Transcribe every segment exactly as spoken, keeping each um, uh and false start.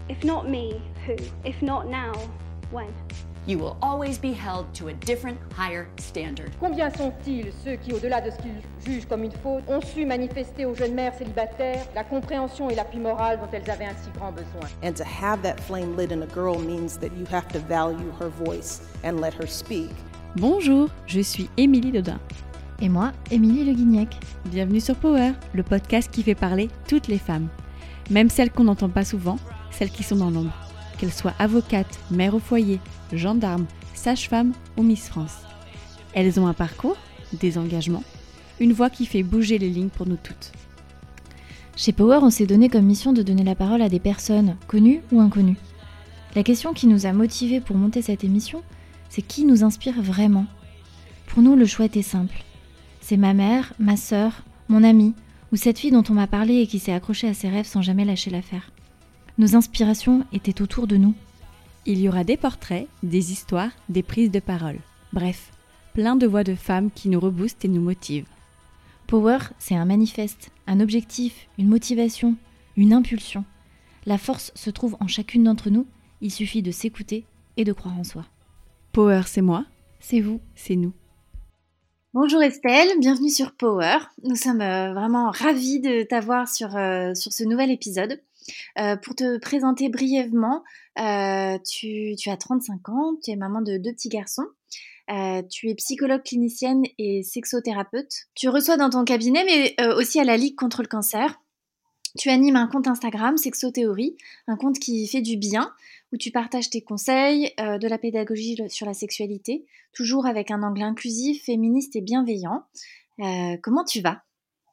If not me, who? If not now, when? You will always be held to a different, higher standard. Combien sont-ils ceux qui, au-delà de ce qu'ils jugent comme une faute, ont su manifester aux jeunes mères célibataires la compréhension et l'appui moral dont elles avaient un si grand besoin? And to have that flame lit in a girl means that you have to value her voice and let her speak. Bonjour, je suis Émilie Dodin. Et moi, Émilie Le Guignac. Bienvenue sur Power, le podcast qui fait parler toutes les femmes. Même celles qu'on n'entend pas souvent, celles qui sont dans l'ombre. Qu'elles soient avocates, mères au foyer, gendarmes, sages-femmes ou Miss France. Elles ont un parcours, des engagements, une voix qui fait bouger les lignes pour nous toutes. Chez Power, on s'est donné comme mission de donner la parole à des personnes, connues ou inconnues. La question qui nous a motivés pour monter cette émission, c'est qui nous inspire vraiment. Pour nous, le choix était simple. C'est ma mère, ma sœur, mon amie, ou cette fille dont on m'a parlé et qui s'est accrochée à ses rêves sans jamais lâcher l'affaire. Nos inspirations étaient autour de nous. Il y aura des portraits, des histoires, des prises de parole. Bref, plein de voix de femmes qui nous reboostent et nous motivent. Power, c'est un manifeste, un objectif, une motivation, une impulsion. La force se trouve en chacune d'entre nous, il suffit de s'écouter et de croire en soi. Power, c'est moi, c'est vous, c'est nous. Bonjour Estelle, bienvenue sur Power. Nous sommes euh, vraiment ravis de t'avoir sur, euh, sur ce nouvel épisode. Euh, pour te présenter brièvement, euh, tu, tu as trente-cinq ans, tu es maman de deux petits garçons, euh, tu es psychologue clinicienne et sexothérapeute. Tu reçois dans ton cabinet, mais euh, aussi à la Ligue contre le cancer. Tu animes un compte Instagram, Sexothéorie, un compte qui fait du bien, où tu partages tes conseils, euh, de la pédagogie sur la sexualité, toujours avec un angle inclusif, féministe et bienveillant. Euh, comment tu vas ?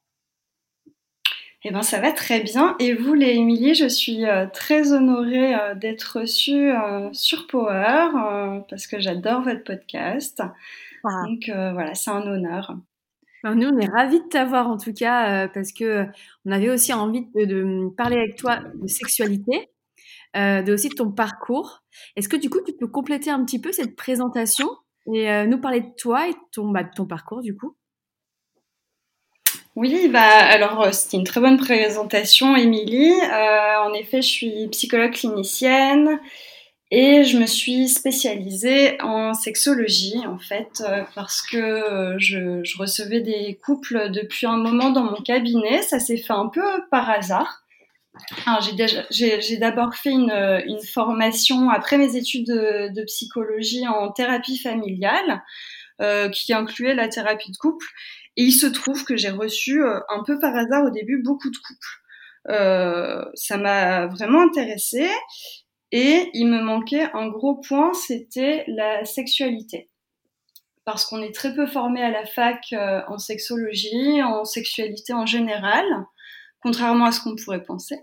Eh ben, ça va très bien. Et vous, les Émilie, je suis euh, très honorée euh, d'être reçue euh, sur Power euh, parce que j'adore votre podcast. Ah. Donc euh, voilà, c'est un honneur. Alors nous, on est ravis de t'avoir en tout cas euh, parce que on avait aussi envie de, de parler avec toi de sexualité, euh, de aussi de ton parcours. Est-ce que du coup, tu peux compléter un petit peu cette présentation et euh, nous parler de toi et de ton, bah, de ton parcours du coup ? Oui, bah alors c'était une très bonne présentation, Émilie. Euh, en effet, je suis psychologue clinicienne et je me suis spécialisée en sexologie en fait euh, parce que je, je recevais des couples depuis un moment dans mon cabinet. Ça s'est fait un peu par hasard. Alors, j'ai, déjà, j'ai, j'ai d'abord fait une, une formation après mes études de, de psychologie en thérapie familiale euh, qui incluait la thérapie de couple. Et il se trouve que j'ai reçu, euh, un peu par hasard au début, beaucoup de couples. Euh, ça m'a vraiment intéressée et il me manquait un gros point, c'était la sexualité. Parce qu'on est très peu formé à la fac euh, en sexologie, en sexualité en général, contrairement à ce qu'on pourrait penser.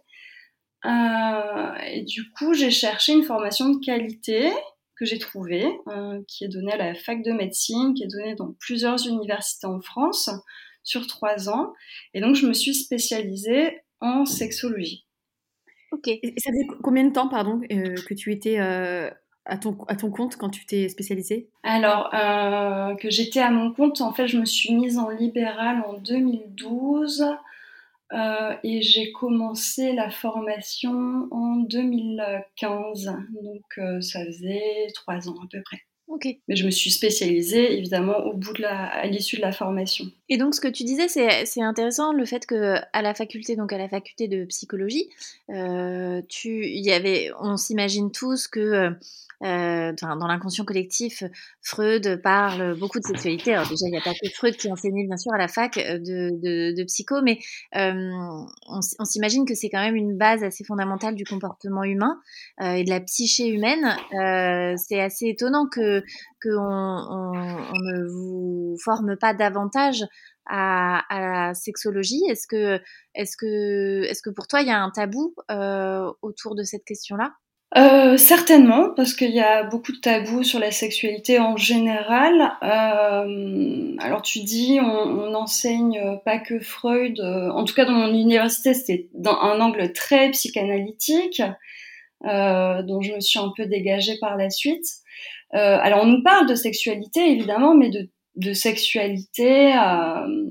Euh, et du coup, j'ai cherché une formation de qualité que j'ai trouvée, euh, qui est donnée à la fac de médecine, qui est donnée dans plusieurs universités en France, sur trois ans. Et donc, je me suis spécialisée en sexologie. Ok. Et ça fait combien de temps, pardon, euh, que tu étais euh, à, ton, à ton compte quand tu t'es spécialisée ? Alors, euh, que j'étais à mon compte, en fait, je me suis mise en libéral en deux mille douze. Euh, et j'ai commencé la formation en deux mille quinze, donc euh, ça faisait trois ans à peu près. Ok. Mais je me suis spécialisée évidemment au bout de la, à l'issue de la formation. Et donc ce que tu disais, c'est, c'est intéressant le fait que à la faculté, donc à la faculté de psychologie, euh, tu, y avait, on s'imagine tous que euh, dans l'inconscient collectif, Freud parle beaucoup de sexualité. Alors déjà, il n'y a pas que Freud qui enseignait bien sûr à la fac de, de, de psycho, mais euh, on, on s'imagine que c'est quand même une base assez fondamentale du comportement humain euh, et de la psyché humaine. Euh, c'est assez étonnant que qu'on on, on ne vous forme pas davantage à, à la sexologie. Est-ce que, est-ce que, est-ce que pour toi il y a un tabou euh, autour de cette question-là ? Euh, certainement, parce qu'il y a beaucoup de tabous sur la sexualité en général. Euh, alors tu dis, on, on n'enseigne pas que Freud. Euh, en tout cas, dans mon université, c'était dans un angle très psychanalytique, euh, dont je me suis un peu dégagée par la suite. Euh, alors on nous parle de sexualité, évidemment, mais de, de sexualité euh,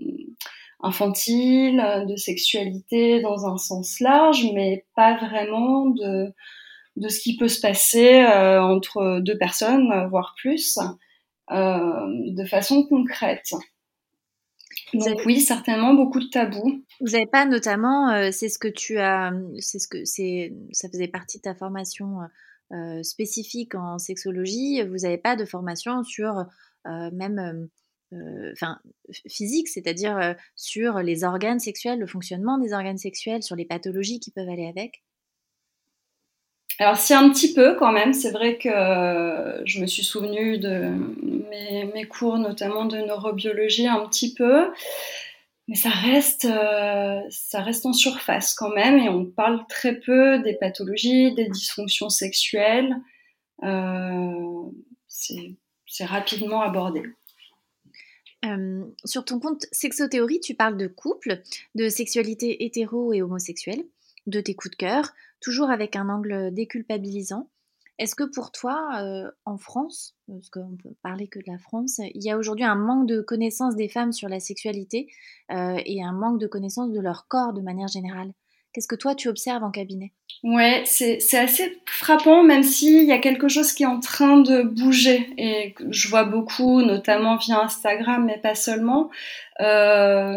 infantile, de sexualité dans un sens large, mais pas vraiment de de ce qui peut se passer euh, entre deux personnes, voire plus, euh, de façon concrète. Donc avez... oui, certainement beaucoup de tabous. Vous n'avez pas notamment, euh, c'est ce que tu as, c'est ce que c'est, ça faisait partie de ta formation euh, spécifique en sexologie. Vous n'avez pas de formation sur euh, même, enfin, euh, physique, c'est-à-dire euh, sur les organes sexuels, le fonctionnement des organes sexuels, sur les pathologies qui peuvent aller avec. Alors si un petit peu quand même, c'est vrai que euh, je me suis souvenue de mes, mes cours notamment de neurobiologie un petit peu, mais ça reste, euh, ça reste en surface quand même et on parle très peu des pathologies, des dysfonctions sexuelles, euh, c'est, c'est rapidement abordé. Euh, sur ton compte Sexothéorie, tu parles de couple, de sexualité hétéro et homosexuelle, de tes coups de cœur, toujours avec un angle déculpabilisant. Est-ce que pour toi, euh, en France, parce qu'on peut parler que de la France, il y a aujourd'hui un manque de connaissances des femmes sur la sexualité euh, et un manque de connaissances de leur corps de manière générale? Qu'est-ce que toi, tu observes en cabinet? Ouais, c'est, c'est assez frappant, même s'il y a quelque chose qui est en train de bouger. Et je vois beaucoup, notamment via Instagram, mais pas seulement. Euh,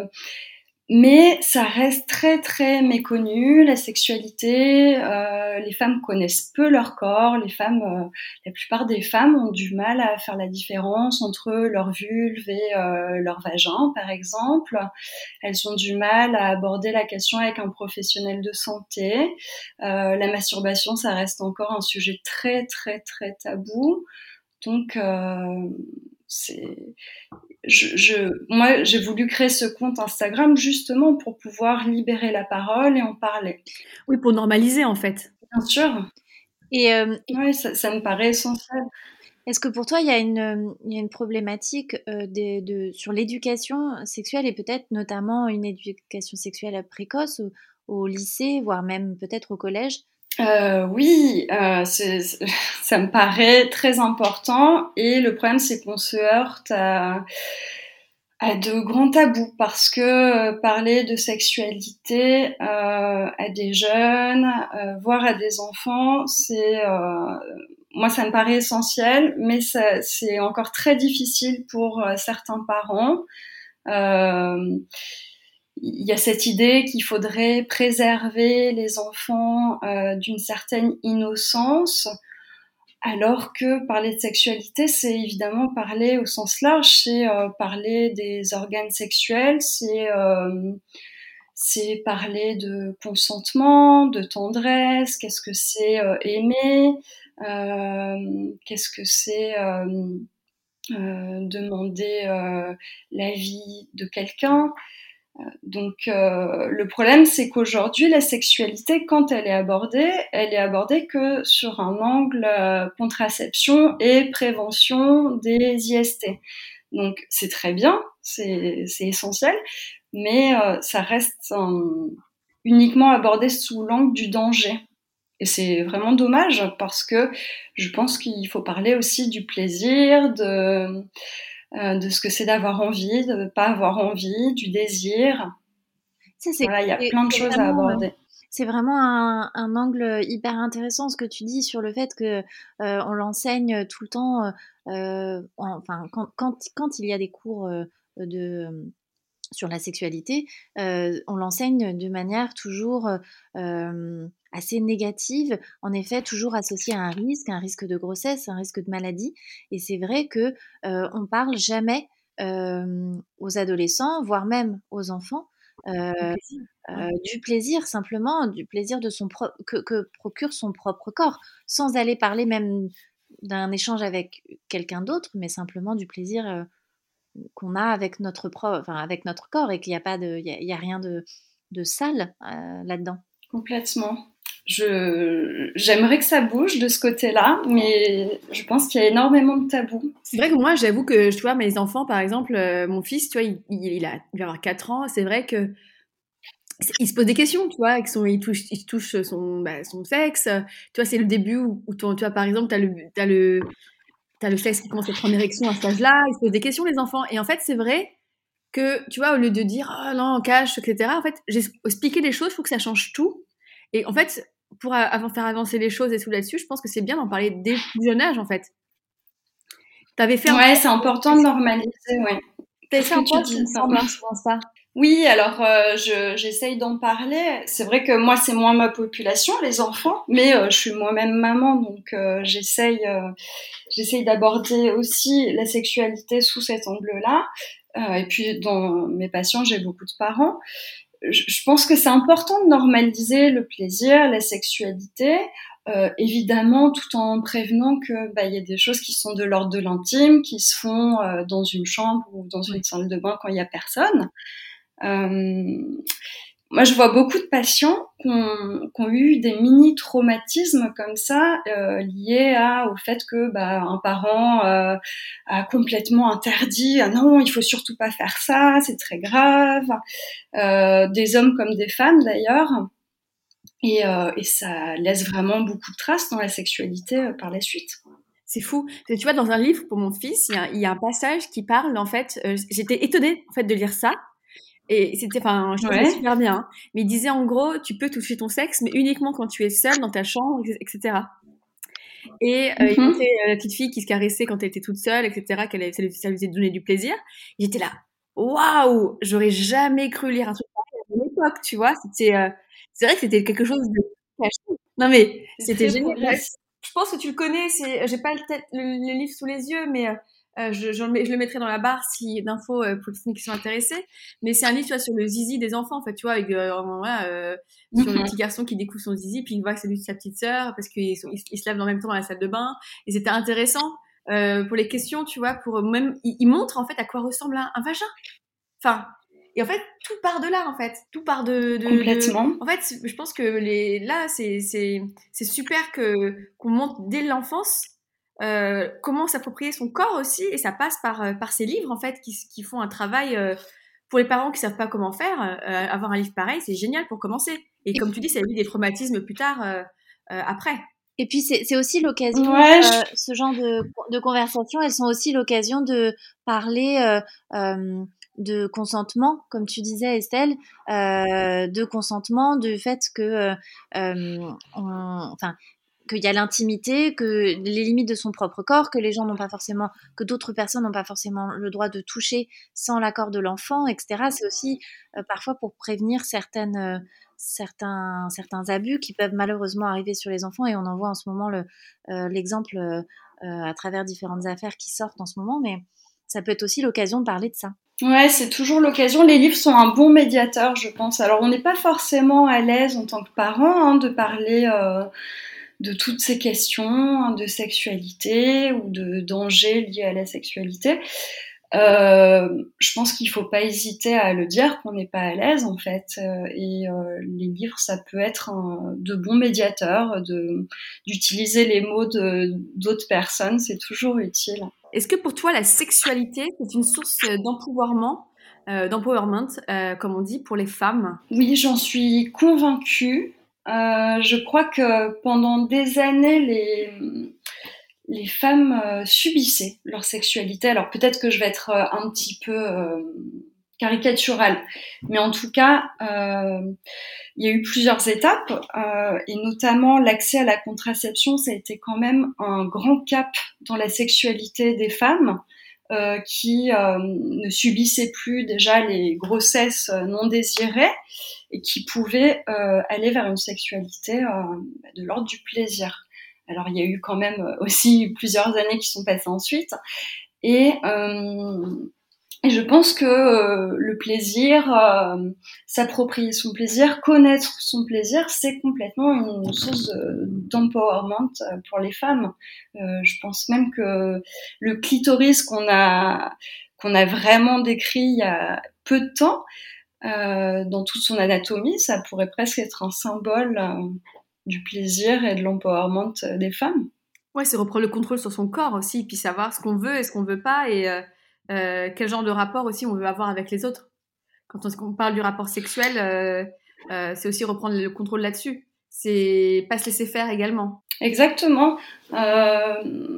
mais ça reste très, très méconnu, la sexualité. Euh, les femmes connaissent peu leur corps. Les femmes, euh, la plupart des femmes ont du mal à faire la différence entre leur vulve et euh, leur vagin, par exemple. Elles ont du mal à aborder la question avec un professionnel de santé. Euh, la masturbation, ça reste encore un sujet très, très, très tabou. Donc, euh, c'est... Je, je, moi, j'ai voulu créer ce compte Instagram justement pour pouvoir libérer la parole et en parler. Oui, pour normaliser en fait. Bien sûr. Et, euh, oui, ça, ça me paraît essentiel. Est-ce que pour toi, il y a une, il y a une problématique euh, de, de, sur l'éducation sexuelle et peut-être notamment une éducation sexuelle précoce au, au lycée, voire même peut-être au collège? Euh, oui, euh, c'est, c'est, ça me paraît très important et le problème c'est qu'on se heurte à, à de grands tabous parce que euh, parler de sexualité euh, à des jeunes, euh, voire à des enfants, c'est euh, moi ça me paraît essentiel, mais ça, c'est encore très difficile pour euh, certains parents. Euh, Il y a cette idée qu'il faudrait préserver les enfants euh, d'une certaine innocence, alors que parler de sexualité, c'est évidemment parler au sens large, c'est euh, parler des organes sexuels, c'est, euh, c'est parler de consentement, de tendresse, qu'est-ce que c'est euh, aimer, euh, qu'est-ce que c'est euh, euh, demander euh, l'avis de quelqu'un. Donc euh, le problème c'est qu'aujourd'hui la sexualité quand elle est abordée, elle est abordée que sur un angle euh, contraception et prévention des I S T. Donc c'est très bien, c'est, c'est essentiel, mais euh, ça reste euh, uniquement abordé sous l'angle du danger. Et c'est vraiment dommage parce que je pense qu'il faut parler aussi du plaisir, de Euh, de ce que c'est d'avoir envie, de ne pas avoir envie, du désir. Ça, c'est, voilà, il y a plein de choses vraiment, à aborder. C'est vraiment un, un angle hyper intéressant ce que tu dis sur le fait que euh, on l'enseigne tout le temps. Euh, enfin, quand, quand, quand il y a des cours euh, de sur la sexualité, euh, on l'enseigne de manière toujours euh, assez négative, en effet toujours associée à un risque, un risque de grossesse, un risque de maladie. Et c'est vrai que euh, on parle jamais euh, aux adolescents, voire même aux enfants, euh, plaisir. Euh, du plaisir simplement, du plaisir de son pro- que, que procure son propre corps, sans aller parler même d'un échange avec quelqu'un d'autre, mais simplement du plaisir euh, qu'on a avec notre, pro- enfin, avec notre corps et qu'il n'y a, pas de, il y a, il y a rien de, de sale euh, là-dedans. Complètement. Je, j'aimerais que ça bouge de ce côté-là, mais je pense qu'il y a énormément de tabous. C'est vrai que moi, j'avoue que, tu vois, mes enfants, par exemple, euh, mon fils, tu vois, il, il, il, a, il va avoir quatre ans, c'est vrai que il se pose des questions, tu vois, avec son, il touche, il touche son, bah, son sexe. Tu vois, c'est le début où, où ton, tu vois, par exemple, t'as le, t'as le, t'as le sexe qui commence à être en érection à ce âge-là. Ils se posent des questions, les enfants. Et en fait, c'est vrai que, tu vois, au lieu de dire, oh non, on cache, et cetera, en fait, j'ai expliqué les choses, il faut que ça change tout. Et en fait, pour avant faire avancer les choses et tout là-dessus, je pense que c'est bien d'en parler dès le plus jeune âge, en fait. T'avais fait un Ouais, c'est important de normaliser, ouais. T'avais Qu'est-ce fait un que tu post, dis, il me semble, hein, sur Insta. Oui, alors euh, je, j'essaye d'en parler. C'est vrai que moi, c'est moins ma population, les enfants, mais euh, je suis moi-même maman, donc euh, j'essaye, euh, j'essaye d'aborder aussi la sexualité sous cet angle-là. Euh, et puis, dans mes patients, j'ai beaucoup de parents. Je, je pense que c'est important de normaliser le plaisir, la sexualité, euh, évidemment, tout en prévenant que bah, y a des choses qui sont de l'ordre de l'intime, qui se font euh, dans une chambre ou dans une salle de bain quand il y a personne. Euh, moi, je vois beaucoup de patients qui ont, qui ont eu des mini-traumatismes comme ça, euh, liés à, au fait que bah, un parent euh, a complètement interdit « Ah non, il faut surtout pas faire ça, c'est très grave euh, », des hommes comme des femmes d'ailleurs. Et, euh, et ça laisse vraiment beaucoup de traces dans la sexualité euh, par la suite. C'est fou. Tu vois, dans un livre pour mon fils, il y a, il y a un passage qui parle, en fait, euh, j'étais étonnée en fait, de lire ça. Et c'était, enfin, je trouvais Ouais. super bien. Hein. Mais il disait en gros, tu peux toucher ton sexe, mais uniquement quand tu es seule dans ta chambre, et cetera. Et euh, Mm-hmm. il montrait euh, la petite fille qui se caressait quand elle était toute seule, et cetera. Qu'elle, ça lui, ça lui faisait donner du plaisir. Et j'étais là, waouh, j'aurais jamais cru lire un truc pareil à mon époque, tu vois. C'était, euh, c'est vrai que c'était quelque chose de caché. Non mais C'est c'était très génial. progressif. Je pense que tu le connais. C'est, j'ai pas le, tête, le, le livre sous les yeux, mais euh, Euh, je, je, je le mettrai dans la barre si, d'infos euh, pour les personnes qui sont intéressées. Mais c'est un livre, tu vois, sur le zizi des enfants, en fait, tu vois, avec, euh, voilà, euh, mm-hmm. sur le petit garçon qui découvre son zizi, puis il voit que c'est lui de sa petite sœur, parce qu'ils sont, ils, ils se lavent en même temps dans la salle de bain. Et c'était intéressant euh, pour les questions, tu vois, pour même, il, il montre, en fait, à quoi ressemble un, un vagin. Enfin, et en fait, tout part de là, en fait. Tout part de... de Complètement. De... En fait, je pense que les, là, c'est, c'est, c'est super que, qu'on montre dès l'enfance Euh, comment s'approprier son corps aussi, et ça passe par euh, par ces livres en fait qui qui font un travail euh, pour les parents qui savent pas comment faire. Euh, avoir un livre pareil, c'est génial pour commencer. Et comme tu dis, ça évite des traumatismes plus tard euh, euh, après. Et puis c'est c'est aussi l'occasion, ouais, euh, ce genre de de conversations, elles sont aussi l'occasion de parler euh, euh, de consentement, comme tu disais Estelle, euh, de consentement, du fait que euh, euh, on, enfin qu'il y a l'intimité, que les limites de son propre corps, que les gens n'ont pas forcément, que d'autres personnes n'ont pas forcément le droit de toucher sans l'accord de l'enfant, et cetera. C'est aussi euh, parfois pour prévenir certaines, euh, certains, certains abus qui peuvent malheureusement arriver sur les enfants, et on en voit en ce moment le, euh, l'exemple euh, à travers différentes affaires qui sortent en ce moment, mais ça peut être aussi l'occasion de parler de ça. Ouais, c'est toujours l'occasion. Les livres sont un bon médiateur, je pense. Alors, on n'est pas forcément à l'aise en tant que parent hein, de parler... Euh... de toutes ces questions de sexualité ou de dangers liés à la sexualité. Euh, je pense qu'il faut pas hésiter à le dire qu'on n'est pas à l'aise en fait. Et euh, les livres, ça peut être un, de bons médiateurs, de, d'utiliser les mots de, d'autres personnes, c'est toujours utile. Est-ce que pour toi, la sexualité, c'est une source d'empouvoirment, euh, d'empowerment, euh, comme on dit, pour les femmes ? Oui, j'en suis convaincue. Euh, je crois que pendant des années, les, les femmes euh, subissaient leur sexualité. Alors peut-être que je vais être euh, un petit peu euh, caricaturale, mais en tout cas, euh, il y a eu plusieurs étapes, euh, et notamment l'accès à la contraception, ça a été quand même un grand cap dans la sexualité des femmes. Euh, qui euh, ne subissaient plus déjà les grossesses non désirées et qui pouvaient euh, aller vers une sexualité euh, de l'ordre du plaisir. Alors il y a eu quand même aussi plusieurs années qui sont passées ensuite et, euh, et je pense que euh, le plaisir, euh, s'approprier son plaisir, connaître son plaisir, c'est complètement une source de, d'empowerment pour les femmes. Euh, je pense même que le clitoris qu'on a, qu'on a vraiment décrit il y a peu de temps, euh, dans toute son anatomie, ça pourrait presque être un symbole euh, du plaisir et de l'empowerment des femmes. Ouais, c'est reprendre le contrôle sur son corps aussi, puis savoir ce qu'on veut et ce qu'on veut pas, et euh, euh, quel genre de rapport aussi on veut avoir avec les autres. Quand on, on parle du rapport sexuel, euh, euh, c'est aussi reprendre le contrôle là-dessus. C'est pas se laisser faire également. Exactement. Euh,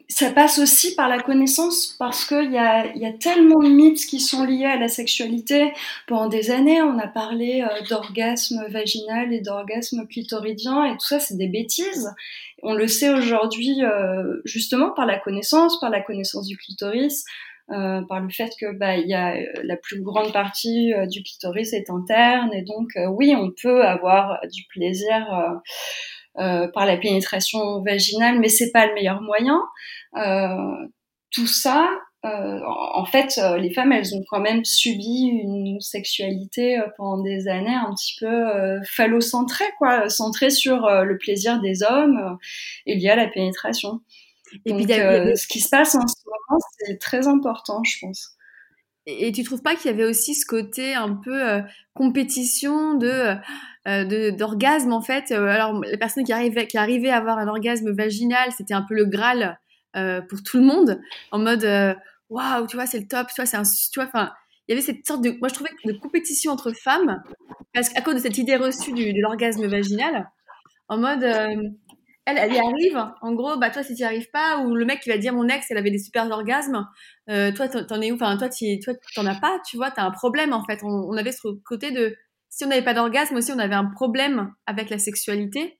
ça passe aussi par la connaissance, parce qu'il y a, y a tellement de mythes qui sont liés à la sexualité. Pendant des années, on a parlé euh, d'orgasme vaginal et d'orgasme clitoridien, et tout ça, c'est des bêtises. On le sait aujourd'hui euh, justement par la connaissance, par la connaissance du clitoris, euh, par le fait que bah, y a, la plus grande partie euh, du clitoris est interne, et donc euh, oui, on peut avoir du plaisir euh, Euh, par la pénétration vaginale, mais c'est pas le meilleur moyen. Euh, tout ça, euh, en fait, euh, les femmes, elles ont quand même subi une sexualité euh, pendant des années un petit peu euh, phallocentrée, quoi, centrée sur euh, le plaisir des hommes euh, et liée à la pénétration. Et donc, puis, euh, avait... ce qui se passe en ce moment, c'est très important, je pense. Et, et tu trouves pas qu'il y avait aussi ce côté un peu euh, compétition de Euh, de, d'orgasme en fait. Euh, alors la personne qui arrivait, qui arrivait à avoir un orgasme vaginal, c'était un peu le Graal euh, pour tout le monde, en mode waouh, wow, tu vois, c'est le top, tu vois, c'est un, tu vois, enfin, il y avait cette sorte de, moi je trouvais de compétition entre femmes, parce qu'à cause de cette idée reçue du, de l'orgasme vaginal, en mode euh, elle, elle y arrive, en gros, bah toi si tu n'y arrives pas, ou le mec qui va dire mon ex, elle avait des super orgasmes, euh, toi t'en es où, enfin toi tu toi t'en as pas, tu vois, t'as un problème en fait. On, on avait ce côté de si on n'avait pas d'orgasme aussi, on avait un problème avec la sexualité.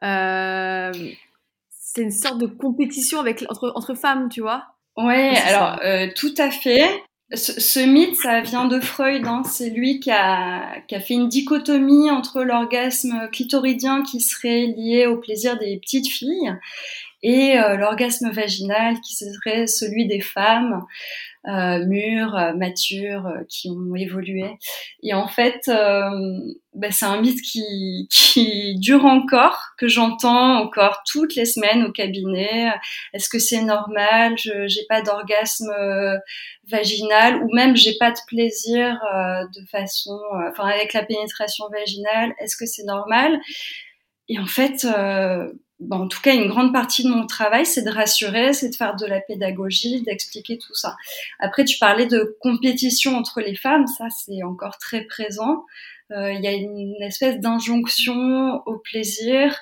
Euh, c'est une sorte de compétition avec, entre, entre femmes, tu vois. Ouais, alors euh, tout à fait. Ce, ce mythe, ça vient de Freud. Hein. C'est lui qui a, qui a fait une dichotomie entre l'orgasme clitoridien qui serait lié au plaisir des petites filles et euh, l'orgasme vaginal qui serait celui des femmes euh, mûres, euh, matures, euh, qui ont évolué. Et en fait, euh, bah, c'est un mythe qui, qui dure encore, que j'entends encore toutes les semaines au cabinet. Est-ce que c'est normal ? Je j'ai pas d'orgasme euh, vaginal, ou même j'ai pas de plaisir euh, de façon, euh, enfin avec la pénétration vaginale. Est-ce que c'est normal ? Et en fait, euh, bon, en tout cas, une grande partie de mon travail, c'est de rassurer, c'est de faire de la pédagogie, d'expliquer tout ça. Après, tu parlais de compétition entre les femmes, ça, c'est encore très présent. Euh, il y a une espèce d'injonction au plaisir.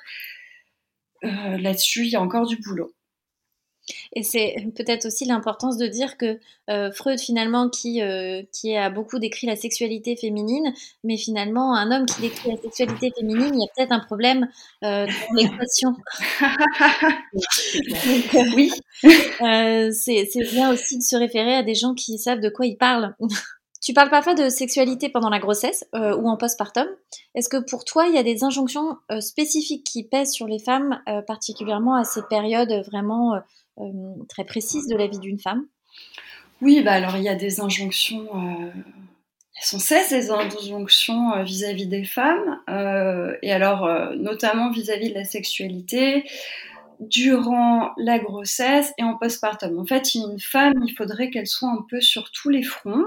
Euh, là-dessus, il y a encore du boulot. Et c'est peut-être aussi l'importance de dire que euh, Freud, finalement, qui, euh, qui a beaucoup décrit la sexualité féminine, mais finalement, un homme qui décrit la sexualité féminine, il y a peut-être un problème euh, dans l'équation. Donc, euh, oui. Euh, c'est, c'est bien aussi de se référer à des gens qui savent de quoi ils parlent. Tu parles parfois de sexualité pendant la grossesse euh, ou en postpartum. Est-ce que pour toi, il y a des injonctions euh, spécifiques qui pèsent sur les femmes, euh, particulièrement à ces périodes vraiment... Euh, Euh, très précise de la vie d'une femme ? Oui, bah alors il y a des injonctions, euh, il y a sans cesse des injonctions euh, vis-à-vis des femmes, euh, et alors euh, notamment vis-à-vis de la sexualité, durant la grossesse et en postpartum. En fait, une femme, il faudrait qu'elle soit un peu sur tous les fronts.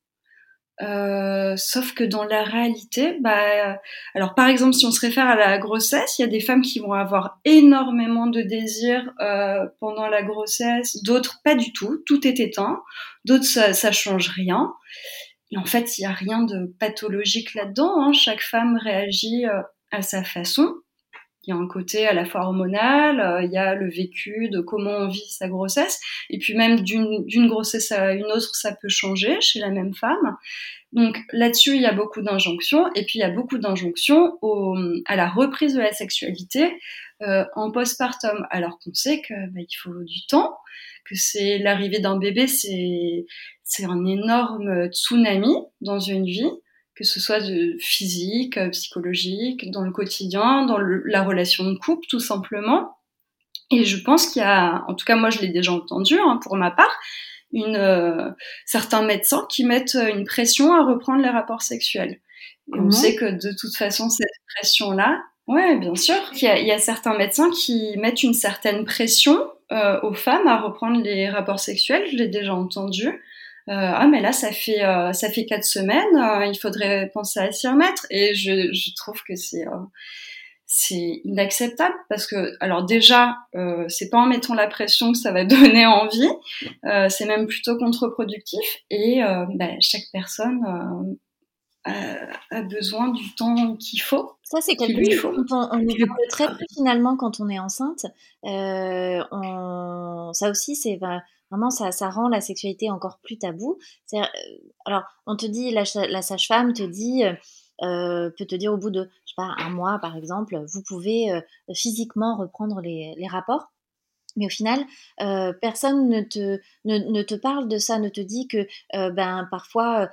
Euh, sauf que dans la réalité, bah, alors par exemple, si on se réfère à la grossesse, il y a des femmes qui vont avoir énormément de désir euh, pendant la grossesse, d'autres pas du tout, tout est éteint, d'autres ça, ça change rien. Et en fait, il y a rien de pathologique là-dedans, hein. Chaque femme réagit euh, à sa façon. Il y a un côté à la fois hormonal, euh, il y a le vécu de comment on vit sa grossesse, et puis même d'une, d'une grossesse à une autre, ça peut changer chez la même femme. Donc là-dessus, il y a beaucoup d'injonctions, et puis il y a beaucoup d'injonctions au, à la reprise de la sexualité euh, en postpartum, alors qu'on sait que bah, il faut du temps, que c'est l'arrivée d'un bébé, c'est, c'est un énorme tsunami dans une vie, que ce soit de physique, psychologique, dans le quotidien, dans le, la relation de couple, tout simplement. Et je pense qu'il y a, en tout cas moi je l'ai déjà entendu, hein, pour ma part, une, euh, certains médecins qui mettent une pression à reprendre les rapports sexuels. Et mmh. on sait que de toute façon cette pression-là, ouais, bien sûr, il y a, il y a certains médecins qui mettent une certaine pression euh, aux femmes à reprendre les rapports sexuels, je l'ai déjà entendu. Euh, ah mais là ça fait euh, ça fait quatre semaines, euh, il faudrait penser à s'y remettre, et je, je trouve que c'est euh, c'est inacceptable, parce que alors déjà euh, c'est pas en mettant la pression que ça va donner envie, euh, c'est même plutôt contre-productif, et euh, bah, chaque personne euh, a, a besoin du temps qu'il faut. Ça, c'est quelque chose dont on, on nous parle très peu finalement quand on est enceinte. Euh, on... Ça aussi, c'est vraiment, ça, ça rend la sexualité encore plus tabou. C'est, alors, on te dit, la, la sage-femme te dit, euh, peut te dire au bout de, je sais pas, un mois par exemple, vous pouvez euh, physiquement reprendre les, les rapports. Mais au final, euh, personne ne te, ne, ne te parle de ça, ne te dit que euh, ben, parfois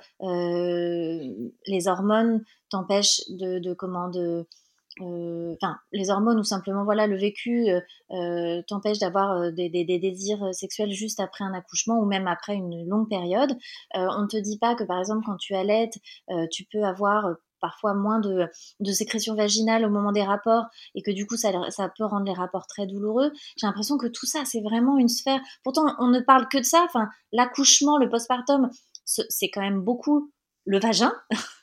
euh, les hormones t'empêchent de, de comment de, euh, enfin les hormones ou simplement voilà le vécu euh, t'empêche d'avoir euh, des, des, des désirs sexuels juste après un accouchement ou même après une longue période. Euh, on ne te dit pas que par exemple quand tu allaites, euh, tu peux avoir euh, parfois moins de, de sécrétion vaginale au moment des rapports et que du coup ça, ça peut rendre les rapports très douloureux. J'ai l'impression que tout ça c'est vraiment une sphère, pourtant on ne parle que de ça, enfin l'accouchement, le postpartum c'est quand même beaucoup le vagin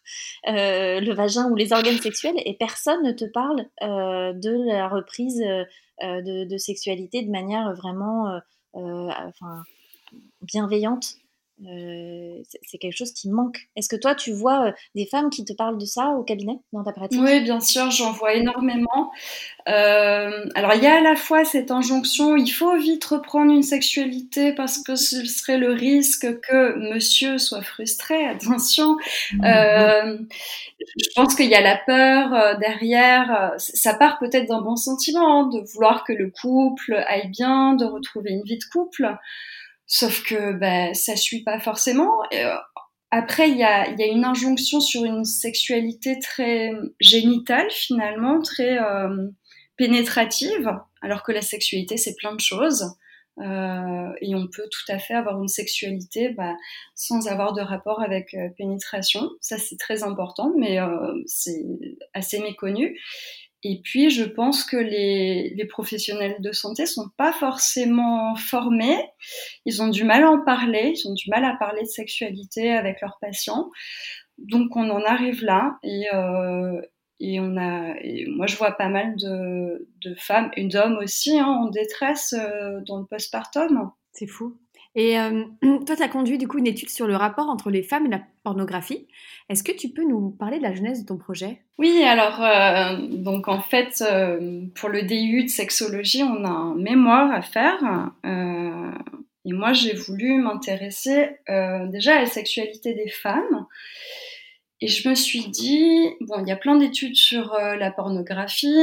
euh, le vagin ou les organes sexuels et personne ne te parle euh, de la reprise euh, de, de sexualité de manière vraiment euh, euh, enfin, bienveillante. Euh, c'est quelque chose qui manque. Est-ce que toi, tu vois euh, des femmes qui te parlent de ça au cabinet, dans ta pratique? Oui, bien sûr, j'en vois énormément. Euh, alors, il y a à la fois cette injonction, il faut vite reprendre une sexualité parce que ce serait le risque que monsieur soit frustré, attention. Euh, je pense qu'il y a la peur euh, derrière. Ça part peut-être d'un bon sentiment, hein, de vouloir que le couple aille bien, de retrouver une vie de couple. Sauf que bah, ça suit pas forcément. Et, euh, après, il y a, y a une injonction sur une sexualité très génitale, finalement, très euh, pénétrative, alors que la sexualité, c'est plein de choses. Euh, et on peut tout à fait avoir une sexualité bah, sans avoir de rapport avec euh, pénétration. Ça, c'est très important, mais euh, c'est assez méconnu. Et puis, je pense que les, les professionnels de santé sont pas forcément formés. Ils ont du mal à en parler. Ils ont du mal à parler de sexualité avec leurs patients. Donc, on en arrive là. Et, euh, et on a, et moi, je vois pas mal de, de femmes et d'hommes aussi hein, en détresse euh, dans le postpartum. C'est fou. Et euh, toi, tu as conduit du coup une étude sur le rapport entre les femmes et la pornographie. Est-ce que tu peux nous parler de la genèse de ton projet? Oui, alors euh, donc en fait, euh, pour le D U de sexologie, on a un mémoire à faire. Euh, et moi, j'ai voulu m'intéresser euh, déjà à la sexualité des femmes. Et je me suis dit, bon, il y a plein d'études sur euh, la pornographie.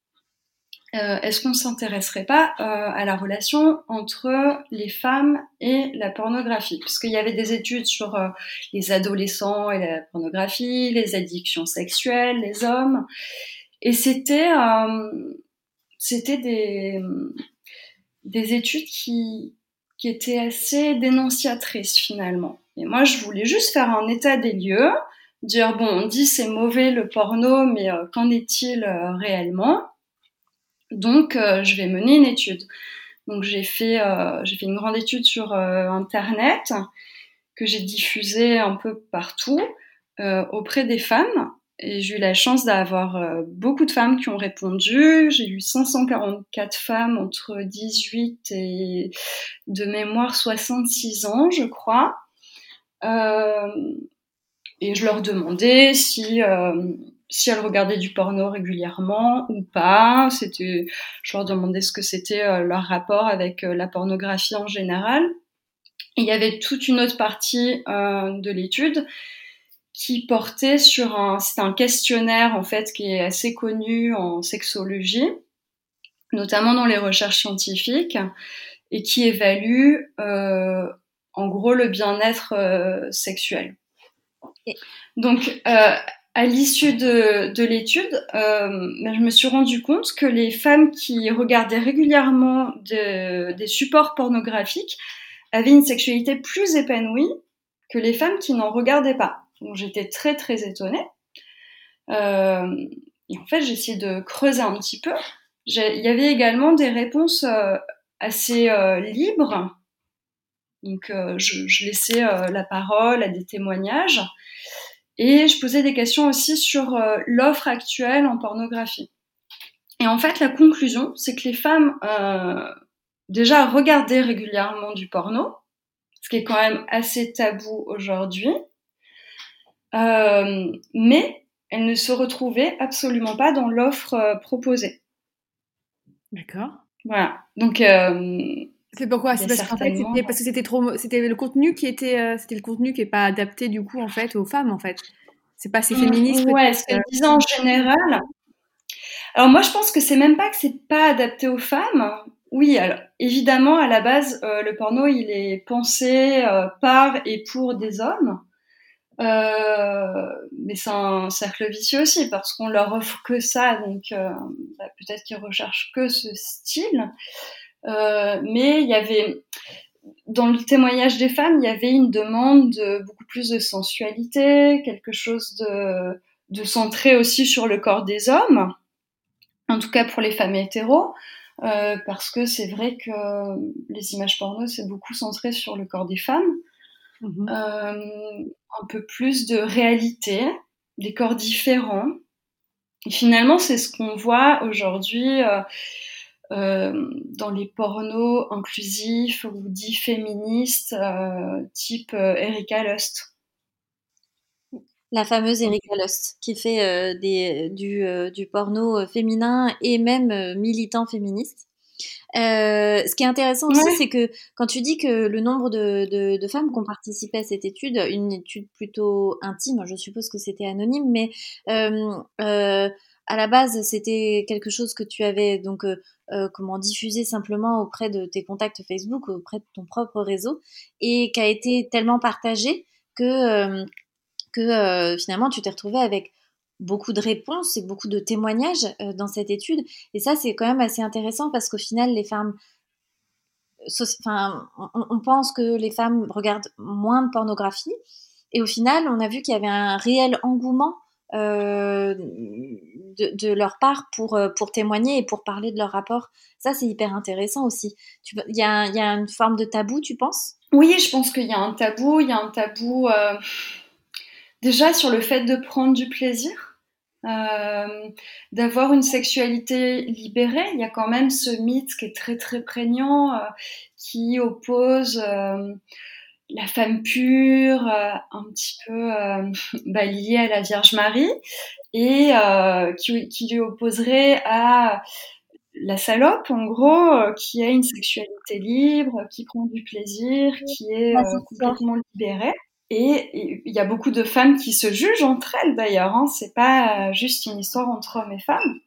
Euh, est-ce qu'on ne s'intéresserait pas euh, à la relation entre les femmes et la pornographie? Parce qu'il y avait des études sur euh, les adolescents et la pornographie, les addictions sexuelles, les hommes. Et c'était, euh, c'était des, des études qui, qui étaient assez dénonciatrices finalement. Et moi, je voulais juste faire un état des lieux, dire, bon, on dit c'est mauvais le porno, mais euh, qu'en est-il euh, réellement? Donc, euh, je vais mener une étude. Donc, j'ai fait, euh, j'ai fait une grande étude sur euh, Internet que j'ai diffusée un peu partout euh, auprès des femmes. Et j'ai eu la chance d'avoir euh, beaucoup de femmes qui ont répondu. J'ai eu cinq cent quarante-quatre femmes entre dix-huit et de mémoire soixante-six ans, je crois. Euh, et je leur demandais si... Euh, si elles regardaient du porno régulièrement ou pas. C'était, je leur demandais ce que c'était euh, leur rapport avec euh, la pornographie en général. Et il y avait toute une autre partie euh, de l'étude qui portait sur un, c'est un questionnaire en fait qui est assez connu en sexologie, notamment dans les recherches scientifiques, et qui évalue euh, en gros le bien-être euh, sexuel. Et donc euh, à l'issue de, de l'étude, euh, je me suis rendu compte que les femmes qui regardaient régulièrement de, des supports pornographiques avaient une sexualité plus épanouie que les femmes qui n'en regardaient pas. Donc j'étais très très étonnée. Euh, et en fait, j'ai essayé de creuser un petit peu. J'ai, il y avait également des réponses euh, assez euh, libres. Donc euh, je, je laissais euh, la parole à des témoignages. Et je posais des questions aussi sur euh, l'offre actuelle en pornographie. Et en fait, la conclusion, c'est que les femmes, euh, déjà, regardaient régulièrement du porno, ce qui est quand même assez tabou aujourd'hui. euh, mais elles ne se retrouvaient absolument pas dans l'offre euh, proposée. D'accord. Voilà. Donc, euh, c'est pourquoi il y a C'est parce qu'en fait, certainement- c'était parce que c'était trop, c'était le contenu qui était, euh, c'était le contenu qui est pas adapté du coup en fait aux femmes en fait. C'est pas assez féministe. Ouais, peut-être, ce qu'elle euh, disait en général. Alors moi, je pense que c'est même pas que c'est pas adapté aux femmes. Oui, alors, évidemment, à la base, euh, le porno, il est pensé euh, par et pour des hommes. Euh, mais c'est un cercle vicieux aussi, parce qu'on leur offre que ça, donc euh, bah, peut-être qu'ils recherchent que ce style. Euh, mais il y avait, dans le témoignage des femmes, il y avait une demande de beaucoup plus de sensualité, quelque chose de, de centré aussi sur le corps des hommes, en tout cas pour les femmes hétéros, euh, parce que c'est vrai que les images porno, c'est beaucoup centré sur le corps des femmes. mhm. Euh, un peu plus de réalité, des corps différents. Et finalement, c'est ce qu'on voit aujourd'hui euh, euh, dans les pornos inclusifs ou dits féministes, euh, type euh, Erika Lust. La fameuse Erika Lust, qui fait euh, des, du, euh, du porno féminin et même euh, militant féministe. Euh, ce qui est intéressant aussi, Ouais. c'est que quand tu dis que le nombre de, de, de femmes qui ont participé à cette étude, une étude plutôt intime, je suppose que c'était anonyme, mais euh, euh, à la base, c'était quelque chose que tu avais donc euh, euh, comment diffusé simplement auprès de tes contacts Facebook, auprès de ton propre réseau, et qui a été tellement partagé que euh, que euh, finalement tu t'es retrouvé avec beaucoup de réponses et beaucoup de témoignages euh, dans cette étude. Et ça, c'est quand même assez intéressant parce qu'au final, les femmes, enfin, on, on pense que les femmes regardent moins de pornographie. Et au final, on a vu qu'il y avait un réel engouement euh, de, de leur part pour, pour témoigner et pour parler de leur rapport. Ça, c'est hyper intéressant aussi. Il y a, y a une forme de tabou, tu penses ? Oui, je pense qu'il y a un tabou. Il y a un tabou euh, déjà sur le fait de prendre du plaisir, euh, d'avoir une sexualité libérée. Il y a quand même ce mythe qui est très très prégnant, euh, qui oppose euh, la femme pure, euh, un petit peu euh, bah, liée à la Vierge Marie, et euh, qui, qui lui opposerait à la salope, en gros, euh, qui a une sexualité libre, qui prend du plaisir, qui est euh, complètement libérée. Et il y a beaucoup de femmes qui se jugent entre elles d'ailleurs, hein. C'est pas juste une histoire entre hommes et femmes.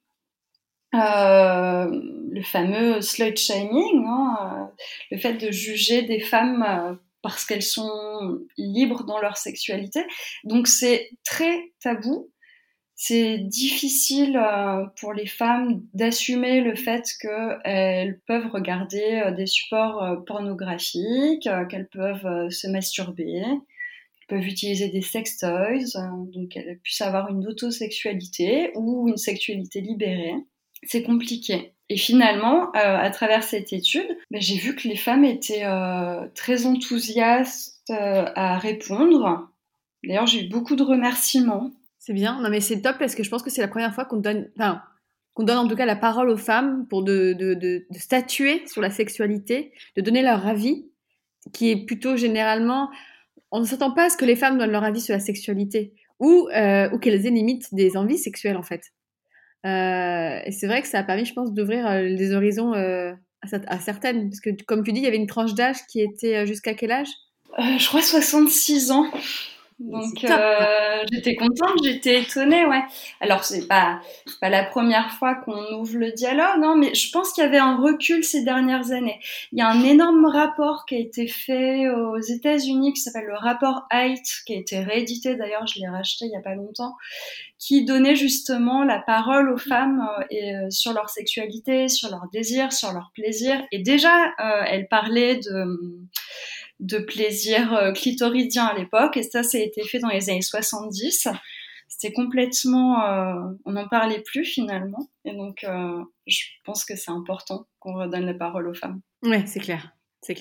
Euh, le fameux slut shaming, hein, euh, le fait de juger des femmes euh, parce qu'elles sont libres dans leur sexualité. Donc c'est très tabou. C'est difficile euh, pour les femmes d'assumer le fait qu'elles peuvent regarder euh, des supports euh, pornographiques, euh, qu'elles peuvent euh, se masturber, peuvent utiliser des sextoys, euh, donc qu'elles puissent avoir une autosexualité ou une sexualité libérée. C'est compliqué. Et finalement, euh, à travers cette étude, bah, j'ai vu que les femmes étaient euh, très enthousiastes euh, à répondre. D'ailleurs, j'ai eu beaucoup de remerciements. C'est bien, non mais c'est top parce que je pense que c'est la première fois qu'on donne, enfin, qu'on donne en tout cas la parole aux femmes pour de, de, de, de statuer sur la sexualité, de donner leur avis, qui est plutôt généralement, on ne s'attend pas à ce que les femmes donnent leur avis sur la sexualité ou, euh, ou qu'elles aient limite des envies sexuelles en fait. Euh, et c'est vrai que ça a permis, je pense, d'ouvrir euh, des horizons euh, à, à certaines, parce que comme tu dis, il y avait une tranche d'âge qui était euh, jusqu'à quel âge ? euh, Je crois soixante-six ans. Donc euh, j'étais contente, j'étais étonnée, ouais. Alors c'est pas c'est pas la première fois qu'on ouvre le dialogue, hein, mais je pense qu'il y avait un recul ces dernières années. Il y a un énorme rapport qui a été fait aux États-Unis qui s'appelle le rapport Haidt, qui a été réédité d'ailleurs, je l'ai racheté il y a pas longtemps, qui donnait justement la parole aux femmes euh, et euh, sur leur sexualité, sur leur désir, sur leur plaisir. Et déjà, euh, elle parlait de de plaisir euh, clitoridien à l'époque, et ça, ça a été fait dans les années soixante-dix. C'était complètement... Euh, on n'en parlait plus, finalement. Et donc, euh, je pense que c'est important qu'on redonne la parole aux femmes. Ouais, c'est clair, c'est clair.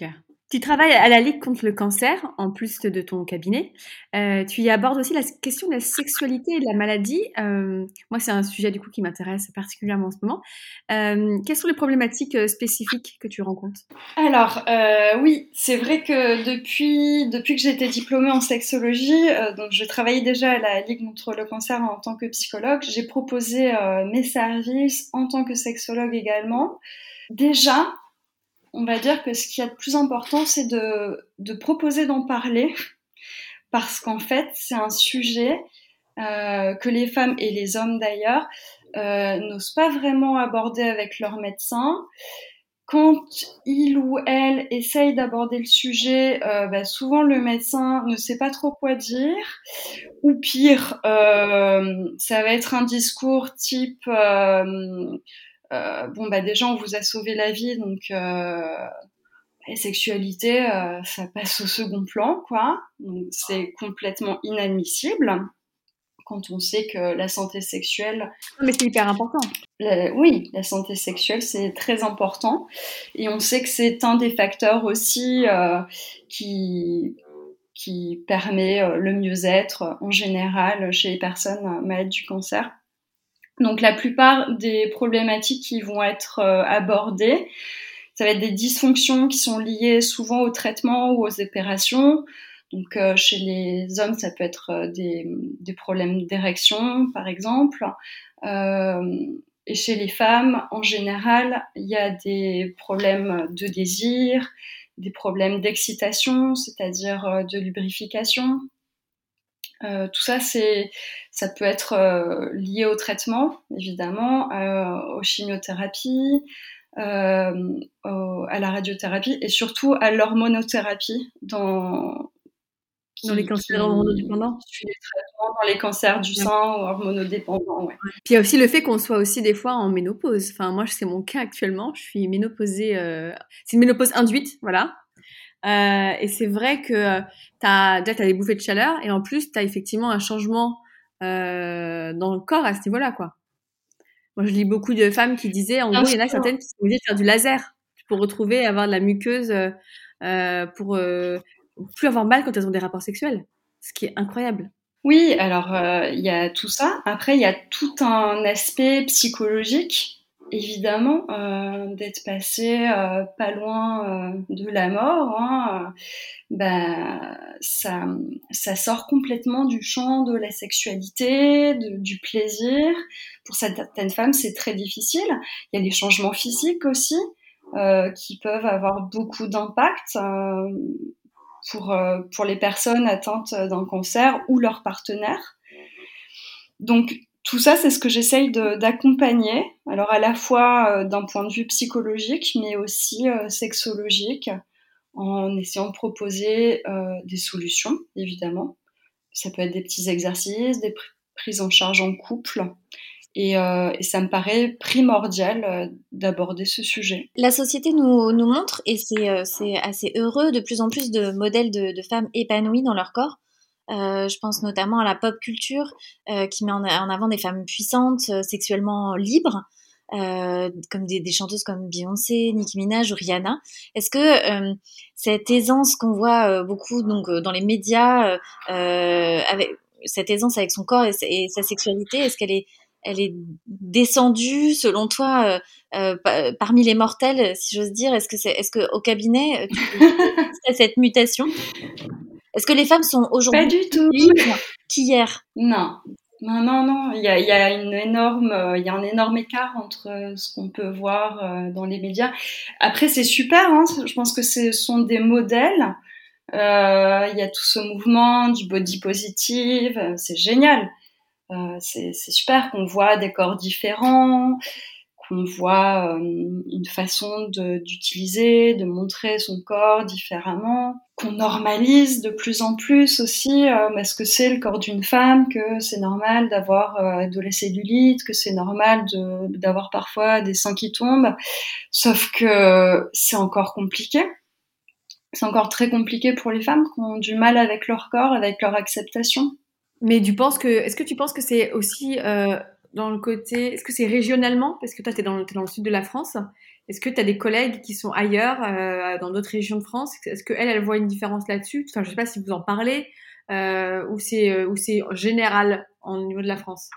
Tu travailles à la Ligue contre le cancer, en plus de ton cabinet. Euh, tu y abordes aussi la question de la sexualité et de la maladie. Euh, moi, c'est un sujet du coup qui m'intéresse particulièrement en ce moment. Euh, quelles sont les problématiques euh, spécifiques que tu rencontres? Alors, euh, oui, c'est vrai que depuis, depuis que j'ai été diplômée en sexologie, euh, donc je travaillais déjà à la Ligue contre le cancer en tant que psychologue, j'ai proposé euh, mes services en tant que sexologue également. Déjà, on va dire que ce qu'il y a de plus important, c'est de, de proposer d'en parler, parce qu'en fait, c'est un sujet euh, que les femmes et les hommes d'ailleurs euh, n'osent pas vraiment aborder avec leur médecin. Quand il ou elle essaye d'aborder le sujet, euh, bah, souvent le médecin ne sait pas trop quoi dire, ou pire, euh, ça va être un discours type... Euh, Euh, bon bah déjà on vous a sauvé la vie, donc euh, la sexualité euh, ça passe au second plan, quoi. Donc, c'est complètement inadmissible quand on sait que la santé sexuelle, Mais c'est hyper important. la, oui, la santé sexuelle c'est très important, et on sait que c'est un des facteurs aussi euh, qui qui permet euh, le mieux-être en général chez les personnes malades du cancer. Donc la plupart des problématiques qui vont être euh, abordées, ça va être des dysfonctions qui sont liées souvent au traitement ou aux opérations. Donc euh, chez les hommes, ça peut être euh, des, des problèmes d'érection, par exemple. Euh, et chez les femmes, en général, il y a des problèmes de désir, des problèmes d'excitation, c'est-à-dire euh, de lubrification. Euh, tout ça, c'est, ça peut être euh, lié au traitement, évidemment, euh, aux chimiothérapies, euh, au, à la radiothérapie et surtout à l'hormonothérapie dans, qui, dans les cancers hormonodépendants. Suit les traitements dans les cancers du ouais. sein ou hormonodépendants. Ouais. Ouais. Puis il y a aussi le fait qu'on soit aussi des fois en ménopause. Enfin, moi, c'est mon cas actuellement. Je suis ménopausée. Euh... C'est une ménopause induite, voilà. Euh, et c'est vrai que euh, t'as, déjà, t'as des bouffées de chaleur et en plus, t'as effectivement un changement euh, dans le corps à ce niveau-là, quoi. Moi, je lis beaucoup de femmes qui disaient, en gros, il y en a certaines qui sont obligées de faire du laser pour retrouver, avoir de la muqueuse, euh, pour euh, plus avoir mal quand elles ont des rapports sexuels. Ce qui est incroyable. Oui, alors il euh, y a tout ça. Après, il y a tout un aspect psychologique. Évidemment, euh, d'être passé euh, pas loin euh, de la mort, hein, euh, bah, ça, ça sort complètement du champ de la sexualité, de, du plaisir. Pour certaines femmes, c'est très difficile. Il y a les changements physiques aussi euh, qui peuvent avoir beaucoup d'impact euh, pour, euh, pour les personnes atteintes d'un cancer ou leurs partenaires. Donc, tout ça, c'est ce que j'essaye de, d'accompagner, alors à la fois euh, d'un point de vue psychologique, mais aussi euh, sexologique, en essayant de proposer euh, des solutions, évidemment. Ça peut être des petits exercices, des pr- prises en charge en couple, et, euh, et ça me paraît primordial euh, d'aborder ce sujet. La société nous, nous montre, et c'est, euh, c'est assez heureux, de plus en plus de modèles de, de femmes épanouies dans leur corps. Euh, je pense notamment à la pop culture euh, qui met en, en avant des femmes puissantes, euh, sexuellement libres, euh, comme des, des chanteuses comme Beyoncé, Nicki Minaj ou Rihanna. Est-ce que euh, cette aisance qu'on voit euh, beaucoup donc euh, dans les médias, euh, avec cette aisance avec son corps et, et sa sexualité, est-ce qu'elle est elle est descendue selon toi euh, euh, parmi les mortels, si j'ose dire? Est-ce que c'est, est-ce que au cabinet tu as cette mutation? Est-ce que les femmes sont aujourd'hui pas du tout libres qu'hier? Non, non, non, non. Il y a, il y a une énorme, il y a un énorme écart entre ce qu'on peut voir dans les médias. Après, c'est super. Hein, je pense que ce sont des modèles. Euh, il y a tout ce mouvement du body positive. C'est génial. Euh, c'est, c'est super qu'on voit des corps différents, qu'on voit euh, une façon de, d'utiliser, de montrer son corps différemment, qu'on normalise de plus en plus aussi euh, ce que c'est le corps d'une femme, que c'est normal d'avoir euh, de la cellulite, que c'est normal de, d'avoir parfois des seins qui tombent, sauf que c'est encore compliqué. C'est encore très compliqué pour les femmes qui ont du mal avec leur corps, avec leur acceptation. Mais tu penses que, est-ce que tu penses que c'est aussi euh, dans le côté, est-ce que c'est régionalement? Parce que toi, tu es dans, t'es dans le sud de la France. Est-ce que tu as des collègues qui sont ailleurs, euh, dans d'autres régions de France? Est-ce qu'elles, elles voient une différence là-dessus? Enfin, je sais pas si vous en parlez, euh, ou c'est, euh, ou c'est général au niveau de la France.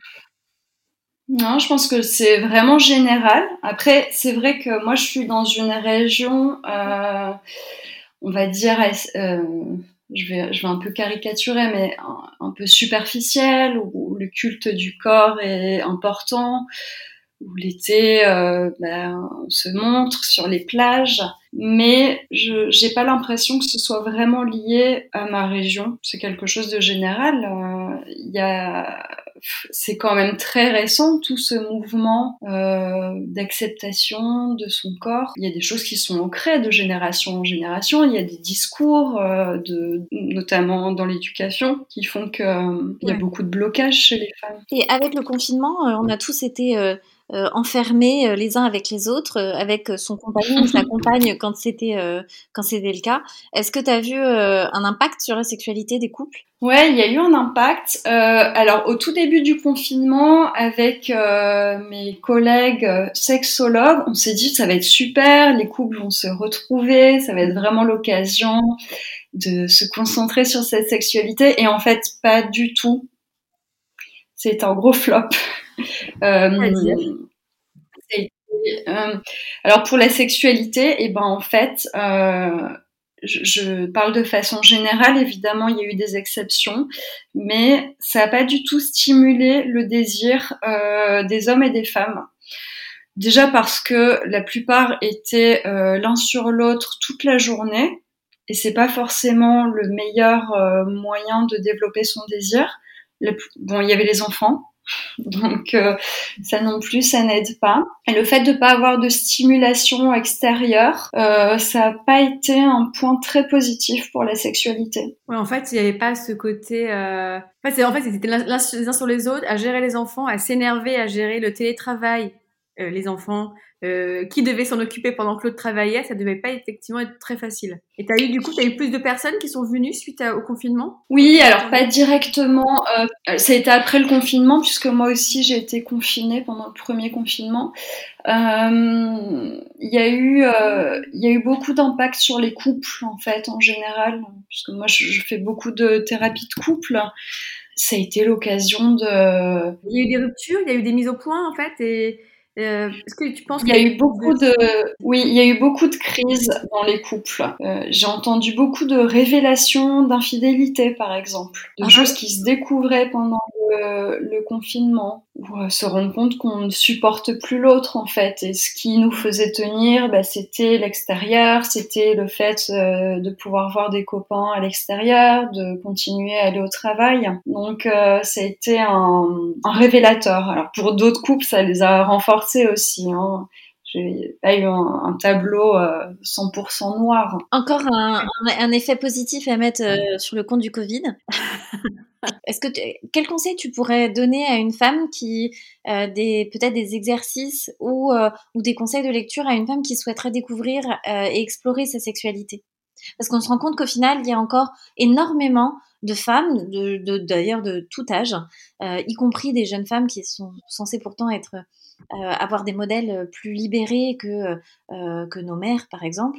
Non, je pense que c'est vraiment général. Après, c'est vrai que moi, je suis dans une région, euh, on va dire, euh, je vais, je vais un peu caricaturer, mais un, un peu superficielle, où le culte du corps est important, où l'été, euh, ben, on se montre sur les plages, mais je j'ai pas l'impression que ce soit vraiment lié à ma région. C'est quelque chose de général. Il euh, y a, c'est quand même très récent tout ce mouvement euh, d'acceptation de son corps. Il y a des choses qui sont ancrées de génération en génération. Il y a des discours, euh, de, notamment dans l'éducation, qui font que euh, il y a Ouais. beaucoup de blocages chez les femmes. Et avec le confinement, euh, on a tous été euh, euh, enfermés euh, les uns avec les autres, euh, avec son compagnon ou sa compagne quand c'était euh, quand c'était le cas. Est-ce que tu as vu euh, un impact sur la sexualité des couples? Ouais, il y a eu un impact. Euh, alors, au tout début du confinement, avec euh, mes collègues euh, sexologues, on s'est dit ça va être super, les couples vont se retrouver, ça va être vraiment l'occasion de se concentrer sur cette sexualité. Et en fait, pas du tout. C'est un gros flop. Euh, c'est, euh, alors pour la sexualité, et ben en fait, euh, je, je parle de façon générale. Évidemment, il y a eu des exceptions, mais ça n'a pas du tout stimulé le désir euh, des hommes et des femmes. Déjà parce que la plupart étaient euh, l'un sur l'autre toute la journée, et c'est pas forcément le meilleur euh, moyen de développer son désir. Le, bon, il y avait les enfants. Donc euh, ça non plus, ça n'aide pas. Et le fait de pas avoir de stimulation extérieure, euh, ça n'a pas été un point très positif pour la sexualité. Ouais, en fait, il n'y avait pas ce côté... Euh... En fait, c'est, en fait, c'était l'un, l'un les uns sur les autres, à gérer les enfants, à s'énerver, à gérer le télétravail, euh, les enfants, euh, qui devait s'en occuper pendant que l'autre travaillait, ça devait pas effectivement être très facile. Et t'as eu, du coup, t'as eu plus de personnes qui sont venues suite à, au confinement? Oui, alors pas directement. Euh, ça a été après le confinement, puisque moi aussi j'ai été confinée pendant le premier confinement. Euh, Il y a eu, euh, il y a eu beaucoup d'impact sur les couples en fait en général, puisque moi je, je fais beaucoup de thérapie de couple. Ça a été l'occasion de. Il y a eu des ruptures, il y a eu des mises au point en fait, et euh, est-ce que tu penses Il y a eu beaucoup de, oui, il y a eu beaucoup de crises dans les couples. Euh, j'ai entendu beaucoup de révélations d'infidélité, par exemple, de ah, choses qui se découvraient pendant le, le confinement, ou euh, se rendre compte qu'on ne supporte plus l'autre en fait. Et ce qui nous faisait tenir, bah, c'était l'extérieur, c'était le fait euh, de pouvoir voir des copains à l'extérieur, de continuer à aller au travail. Donc euh, ça a été un, un révélateur. Alors pour d'autres couples, ça les a renforcés aussi. Hein. J'ai pas eu un, un tableau euh, cent pour cent noir. Encore un, un, un effet positif à mettre euh, sur le compte du Covid. Est-ce que tu, quel conseil tu pourrais donner à une femme qui euh, des peut-être des exercices ou euh, ou des conseils de lecture à une femme qui souhaiterait découvrir euh, et explorer sa sexualité? Parce qu'on se rend compte qu'au final, il y a encore énormément de femmes, de, de, d'ailleurs de tout âge, euh, y compris des jeunes femmes qui sont censées pourtant être euh, avoir des modèles plus libérés que euh, que nos mères, par exemple.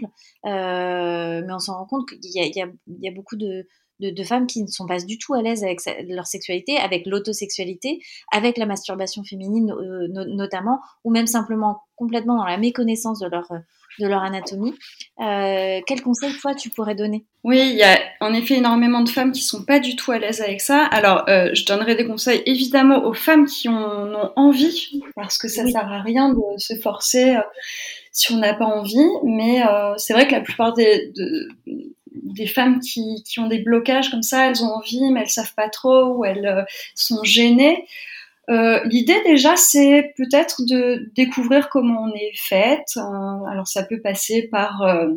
Euh, mais on s'en rend compte qu'il y a, il y a, il y a beaucoup de De, de femmes qui ne sont pas du tout à l'aise avec sa, leur sexualité, avec l'autosexualité, avec la masturbation féminine euh, no, notamment, ou même simplement complètement dans la méconnaissance de leur, de leur anatomie. Euh, quel conseil, toi, tu pourrais donner? Oui, il y a en effet énormément de femmes qui sont pas du tout à l'aise avec ça. Alors, euh, je donnerai des conseils évidemment aux femmes qui en ont envie, parce que ça oui. sert à rien de se forcer euh, si on n'a pas envie. Mais euh, c'est vrai que la plupart des... De, des femmes qui, qui ont des blocages comme ça, elles ont envie mais elles savent pas trop, ou elles euh, sont gênées. Euh, l'idée déjà c'est peut-être de découvrir comment on est faite. Euh, alors ça peut passer par euh,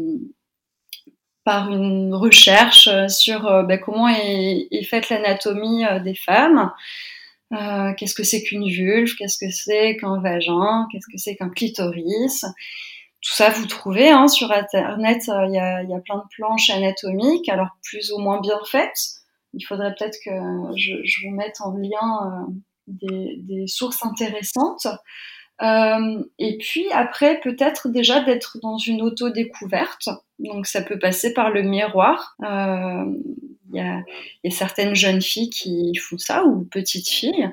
par une recherche sur euh, ben, comment est, est faite l'anatomie euh, des femmes. Euh, qu'est-ce que c'est qu'une vulve, qu'est-ce que c'est qu'un vagin, qu'est-ce que c'est qu'un clitoris. Tout ça, vous trouvez hein, sur Internet, il euh, y, a, y a plein de planches anatomiques, alors plus ou moins bien faites. Il faudrait peut-être que je, je vous mette en lien euh, des, des sources intéressantes. Euh, et puis après, peut-être déjà d'être dans une auto-découverte. Donc ça peut passer par le miroir. Il euh, y, a, y a certaines jeunes filles qui font ça, ou petites filles.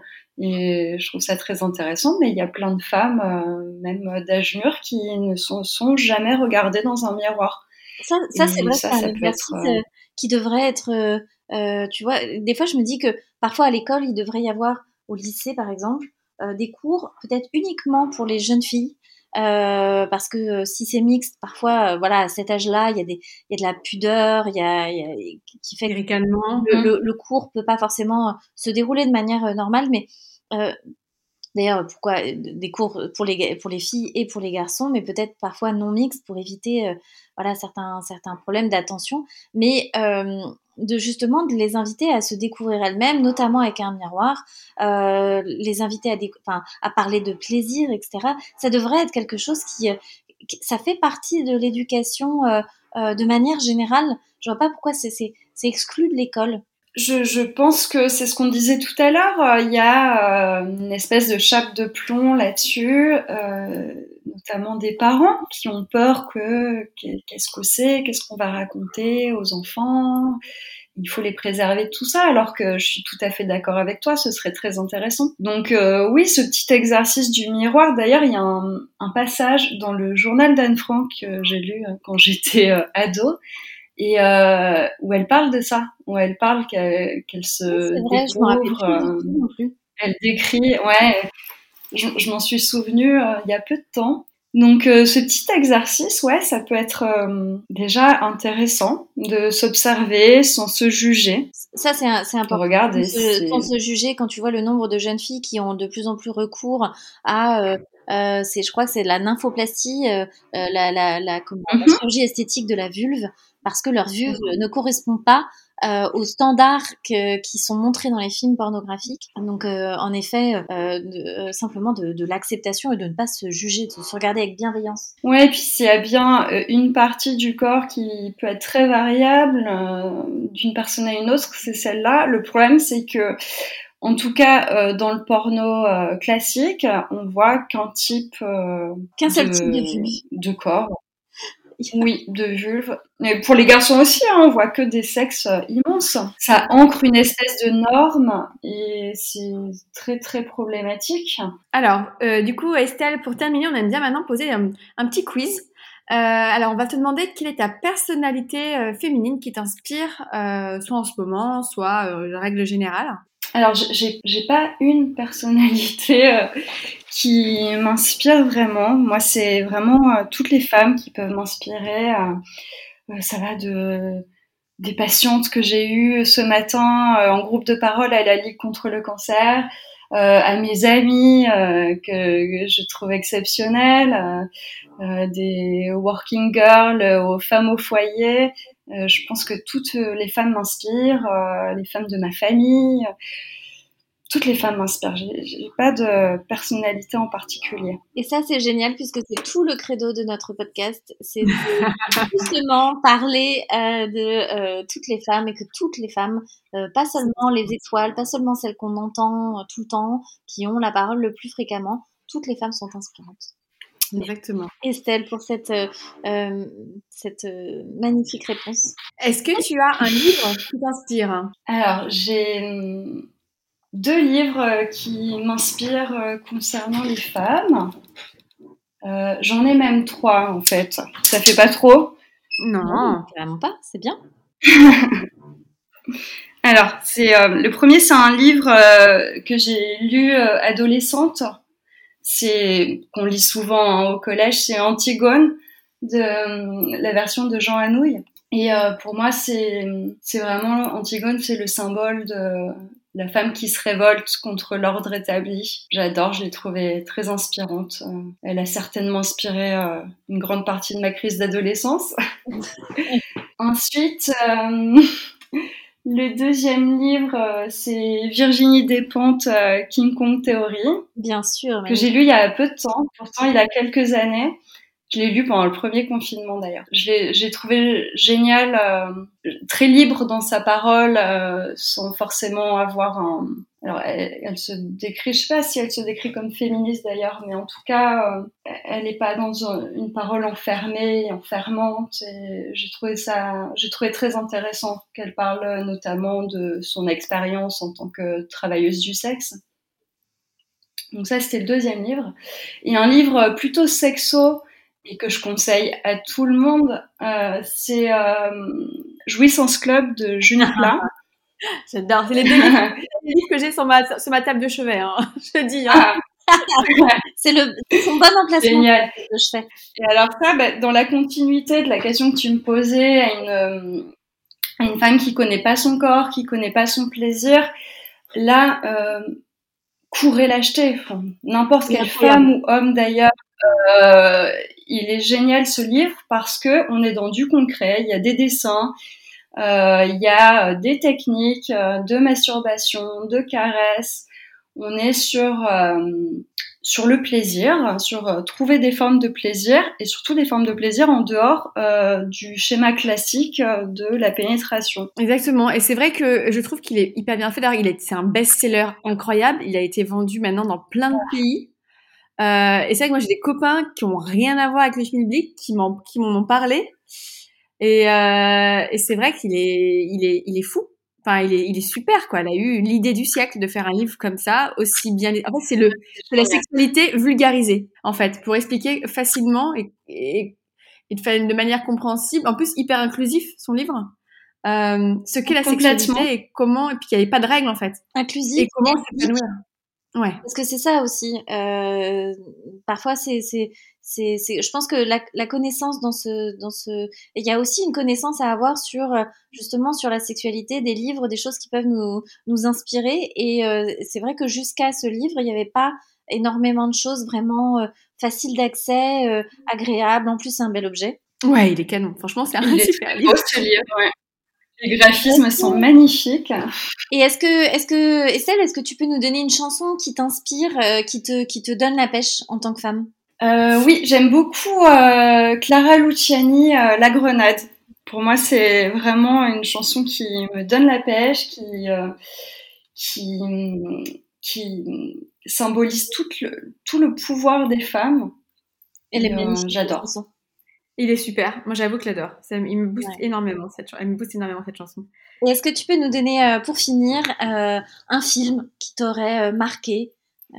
Et je trouve ça très intéressant, mais il y a plein de femmes, euh, même d'âge mûr, qui ne sont, sont jamais regardées dans un miroir. Ça, ça Et c'est vrai, ça, c'est un ça peut exercice être, euh, euh, qui devrait être, euh, euh, tu vois, des fois je me dis que parfois à l'école, il devrait y avoir, au lycée par exemple, euh, des cours peut-être uniquement pour les jeunes filles, euh, parce que euh, si c'est mixte, parfois, euh, voilà, à cet âge-là, il y a des, il y a de la pudeur, il y a, il y a qui fait que Ricanement. le, le, le cours peut pas forcément se dérouler de manière euh, normale, mais euh, d'ailleurs, pourquoi des cours pour les, pour les filles et pour les garçons, mais peut-être parfois non mixtes pour éviter euh, voilà, certains, certains problèmes d'attention, mais euh, de justement de les inviter à se découvrir elles-mêmes, notamment avec un miroir, euh, les inviter à, des, enfin, à parler de plaisir, et cetera. Ça devrait être quelque chose qui, qui ça fait partie de l'éducation euh, euh, de manière générale. Je vois pas pourquoi c'est, c'est, c'est exclu de l'école. Je, je pense que c'est ce qu'on disait tout à l'heure. Il y a euh, une espèce de chape de plomb là-dessus, euh, notamment des parents qui ont peur que qu'est-ce que c'est, qu'est-ce qu'on va raconter aux enfants. Il faut les préserver de tout ça, alors que je suis tout à fait d'accord avec toi, ce serait très intéressant. Donc euh, oui, ce petit exercice du miroir, d'ailleurs, il y a un, un passage dans le journal d'Anne Frank que j'ai lu quand j'étais euh, ado, et euh, où elle parle de ça, où elle parle qu'elle, qu'elle se c'est vrai, découvre, euh, non plus. elle décrit, ouais, je, je m'en suis souvenue euh, il y a peu de temps. Donc euh, ce petit exercice, ouais, ça peut être euh, déjà intéressant de s'observer sans se juger. Ça, c'est, un, c'est important. Regardez, sans, se, c'est... sans se juger, quand tu vois le nombre de jeunes filles qui ont de plus en plus recours à, euh, euh, c'est, je crois que c'est la nymphoplastie, euh, euh, la, la, la, comment, Mhm. la chirurgie esthétique de la vulve, parce que leur vulve euh, ne correspond pas euh, aux standards que, qui sont montrés dans les films pornographiques. Donc, euh, en effet, euh, de, euh, simplement de, de l'acceptation et de ne pas se juger, de se regarder avec bienveillance. Ouais, et puis s'il y a bien euh, une partie du corps qui peut être très variable euh, d'une personne à une autre, c'est celle-là. Le problème, c'est que, en tout cas, euh, dans le porno euh, classique, on voit qu'un type euh, Qu'un seul de, type de vulve. de corps. Oui, de vulve. Mais pour les garçons aussi, hein, on voit que des sexes immenses. Ça ancre une espèce de norme et c'est très très problématique. Alors, euh, du coup, Estelle, pour terminer, on aime bien maintenant poser un, un petit quiz. Euh, alors, on va te demander quelle est ta personnalité euh, féminine qui t'inspire, euh, soit en ce moment, soit euh, de règle générale. Alors, j'ai, j'ai pas une personnalité euh, qui m'inspire vraiment. Moi, c'est vraiment euh, toutes les femmes qui peuvent m'inspirer. Euh, euh, ça va de des patientes que j'ai eues ce matin euh, en groupe de parole à la Ligue contre le cancer, euh, à mes amies euh, que, que je trouve exceptionnelles, euh, euh, des working girls, euh, aux femmes au foyer. Euh, je pense que toutes les femmes m'inspirent, euh, les femmes de ma famille. Euh, toutes les femmes m'inspirent. J'ai, j'ai pas de personnalité en particulier. Et ça, c'est génial puisque c'est tout le credo de notre podcast. C'est de justement parler euh, de euh, toutes les femmes et que toutes les femmes, euh, pas seulement les étoiles, pas seulement celles qu'on entend euh, tout le temps, qui ont la parole le plus fréquemment, toutes les femmes sont inspirantes. Exactement. Estelle, pour cette, euh, euh, cette euh, magnifique réponse. Est-ce que tu as un livre qui t'inspire ? Alors, j'ai deux livres qui m'inspirent concernant les femmes. Euh, j'en ai même trois, en fait. Ça fait pas trop ? Non. Non, carrément pas, c'est bien. Alors, c'est, euh, le premier, c'est un livre euh, que j'ai lu euh, adolescente. C'est qu'on lit souvent hein, au collège, c'est Antigone, de euh, la version de Jean Anouilh. Et euh, pour moi, c'est, c'est vraiment, Antigone, c'est le symbole de la femme qui se révolte contre l'ordre établi. J'adore, je l'ai trouvée très inspirante. Euh, elle a certainement inspiré euh, une grande partie de ma crise d'adolescence. Ensuite, euh, le deuxième livre, euh, c'est Virginie Despentes, euh, King Kong Theory. Bien sûr. Que j'ai lu il y a peu de temps, pourtant il a quelques années. Je l'ai lu pendant le premier confinement d'ailleurs. Je l'ai, j'ai trouvé génial, euh, très libre dans sa parole, euh, sans forcément avoir un... Alors, elle, elle se décrit, je sais pas si elle se décrit comme féministe d'ailleurs, mais en tout cas, euh, elle n'est pas dans une, une parole enfermée, enfermante. Et j'ai trouvé ça, j'ai trouvé très intéressant qu'elle parle notamment de son expérience en tant que travailleuse du sexe. Donc ça, c'était le deuxième livre. Et un livre plutôt sexo, et que je conseille à tout le monde, euh, c'est euh, Jouissance Club de Julie Plat. J'adore, c'est les deux livres, les livres que j'ai sur ma, sur ma table de chevet, hein. Je dis. Hein. Ah. C'est le son bon emplacement. Génial. Que je fais. Et alors ça, bah, dans la continuité de la question que tu me posais à une, euh, à une femme qui connaît pas son corps, qui connaît pas son plaisir, là, euh, courez l'acheter. Enfin, n'importe quelle femme ou homme d'ailleurs. Euh, il est génial ce livre parce que on est dans du concret. Il y a des dessins, euh, il y a des techniques euh, de masturbation, de caresses. On est sur euh, sur le plaisir, sur euh, trouver des formes de plaisir et surtout des formes de plaisir en dehors euh, du schéma classique euh, de la pénétration. Exactement. Et c'est vrai que je trouve qu'il est hyper bien fait. D'ailleurs, il est, c'est un best-seller incroyable. Il a été vendu maintenant dans plein de pays. Euh, et c'est vrai que moi j'ai des copains qui ont rien à voir avec le schmilblick qui m'en qui m'en ont parlé et euh, et c'est vrai qu'il est il est il est fou. Enfin, il est il est super quoi. Elle a eu l'idée du siècle de faire un livre comme ça aussi bien. En fait, c'est le c'est la sexualité vulgarisée en fait pour expliquer facilement et et, et de faire de manière compréhensible. En plus, hyper inclusif son livre. Euh, ce qu'est la sexualité et comment et puis il y avait pas de règles en fait. Inclusif et comment s'épanouir. Ouais. Parce que c'est ça aussi. Euh, parfois, c'est, c'est, c'est, c'est, je pense que la, la connaissance dans ce, dans ce, il y a aussi une connaissance à avoir sur justement sur la sexualité, des livres, des choses qui peuvent nous, nous inspirer. Et euh, c'est vrai que jusqu'à ce livre, il n'y avait pas énormément de choses vraiment euh, faciles d'accès, euh, agréables. En plus, c'est un bel objet. Ouais, il est canon. Franchement, c'est un il super est livre. Beau, ce livre, ouais. Les graphismes sont magnifiques. Et est-ce que, est-ce que, Estelle, est-ce que tu peux nous donner une chanson qui t'inspire, euh, qui te, qui te donne la pêche en tant que femme? euh, Oui, j'aime beaucoup euh, Clara Luciani, euh, La Grenade. Pour moi, c'est vraiment une chanson qui me donne la pêche, qui, euh, qui, qui symbolise tout le, tout le pouvoir des femmes. Elle est euh, magnifique. J'adore. Il est super. Moi, j'avoue que je l'adore. Ça, il me booste Ouais. énormément cette chanson. Elle me booste énormément cette chanson. Et est-ce que tu peux nous donner, euh, pour finir, euh, un film qui t'aurait euh, marqué, euh,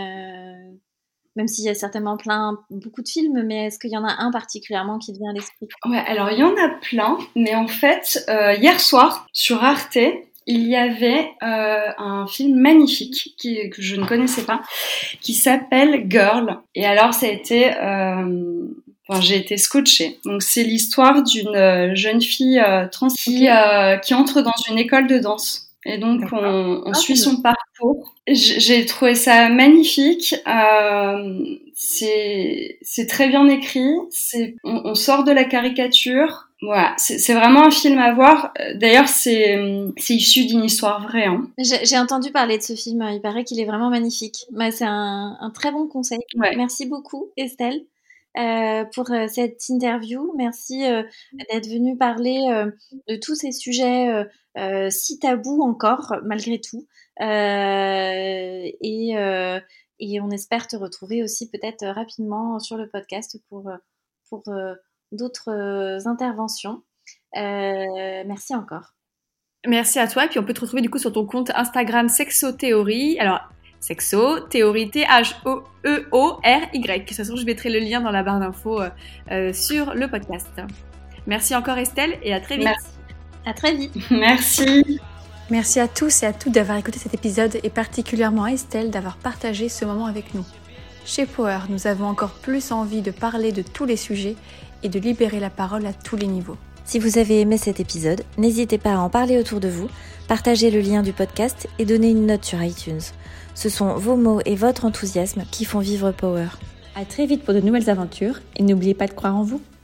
même s'il y a certainement plein, beaucoup de films, mais est-ce qu'il y en a un particulièrement qui te vient à l'esprit? Ouais, alors il y en a plein, mais en fait, euh, hier soir sur Arte, il y avait euh, un film magnifique qui, que je ne connaissais pas, qui s'appelle Girl. Et alors, ça a été euh, Enfin, j'ai été scotchée. Donc, c'est l'histoire d'une euh, jeune fille euh, trans qui, euh, qui entre dans une école de danse. Et donc, on, on ah, suit son parcours. J'ai trouvé ça magnifique. Euh, c'est, c'est très bien écrit. C'est, on, on sort de la caricature. Voilà, c'est, c'est vraiment un film à voir. D'ailleurs, c'est, c'est issu d'une histoire vraie. Hein. J'ai, j'ai entendu parler de ce film. Il paraît qu'il est vraiment magnifique. Bah, c'est un, un très bon conseil. Ouais. Merci beaucoup, Estelle. Euh, pour euh, cette interview. Merci euh, d'être venue parler euh, de tous ces sujets euh, euh, si tabous encore, malgré tout. Euh, et, euh, et on espère te retrouver aussi peut-être rapidement sur le podcast pour, pour euh, d'autres euh, interventions. Euh, merci encore. Merci à toi. Et puis on peut te retrouver du coup sur ton compte Instagram Sexothéorie. Alors, Sexo, théorie, T H O E O R Y. De toute façon, je mettrai le lien dans la barre d'infos euh, euh, sur le podcast. Merci encore Estelle et à très vite. Merci. À très vite. Merci. Merci à tous et à toutes d'avoir écouté cet épisode et particulièrement à Estelle d'avoir partagé ce moment avec nous. Chez Power, nous avons encore plus envie de parler de tous les sujets et de libérer la parole à tous les niveaux. Si vous avez aimé cet épisode, n'hésitez pas à en parler autour de vous, partagez le lien du podcast et donnez une note sur iTunes. Ce sont vos mots et votre enthousiasme qui font vivre Power. À très vite pour de nouvelles aventures et n'oubliez pas de croire en vous.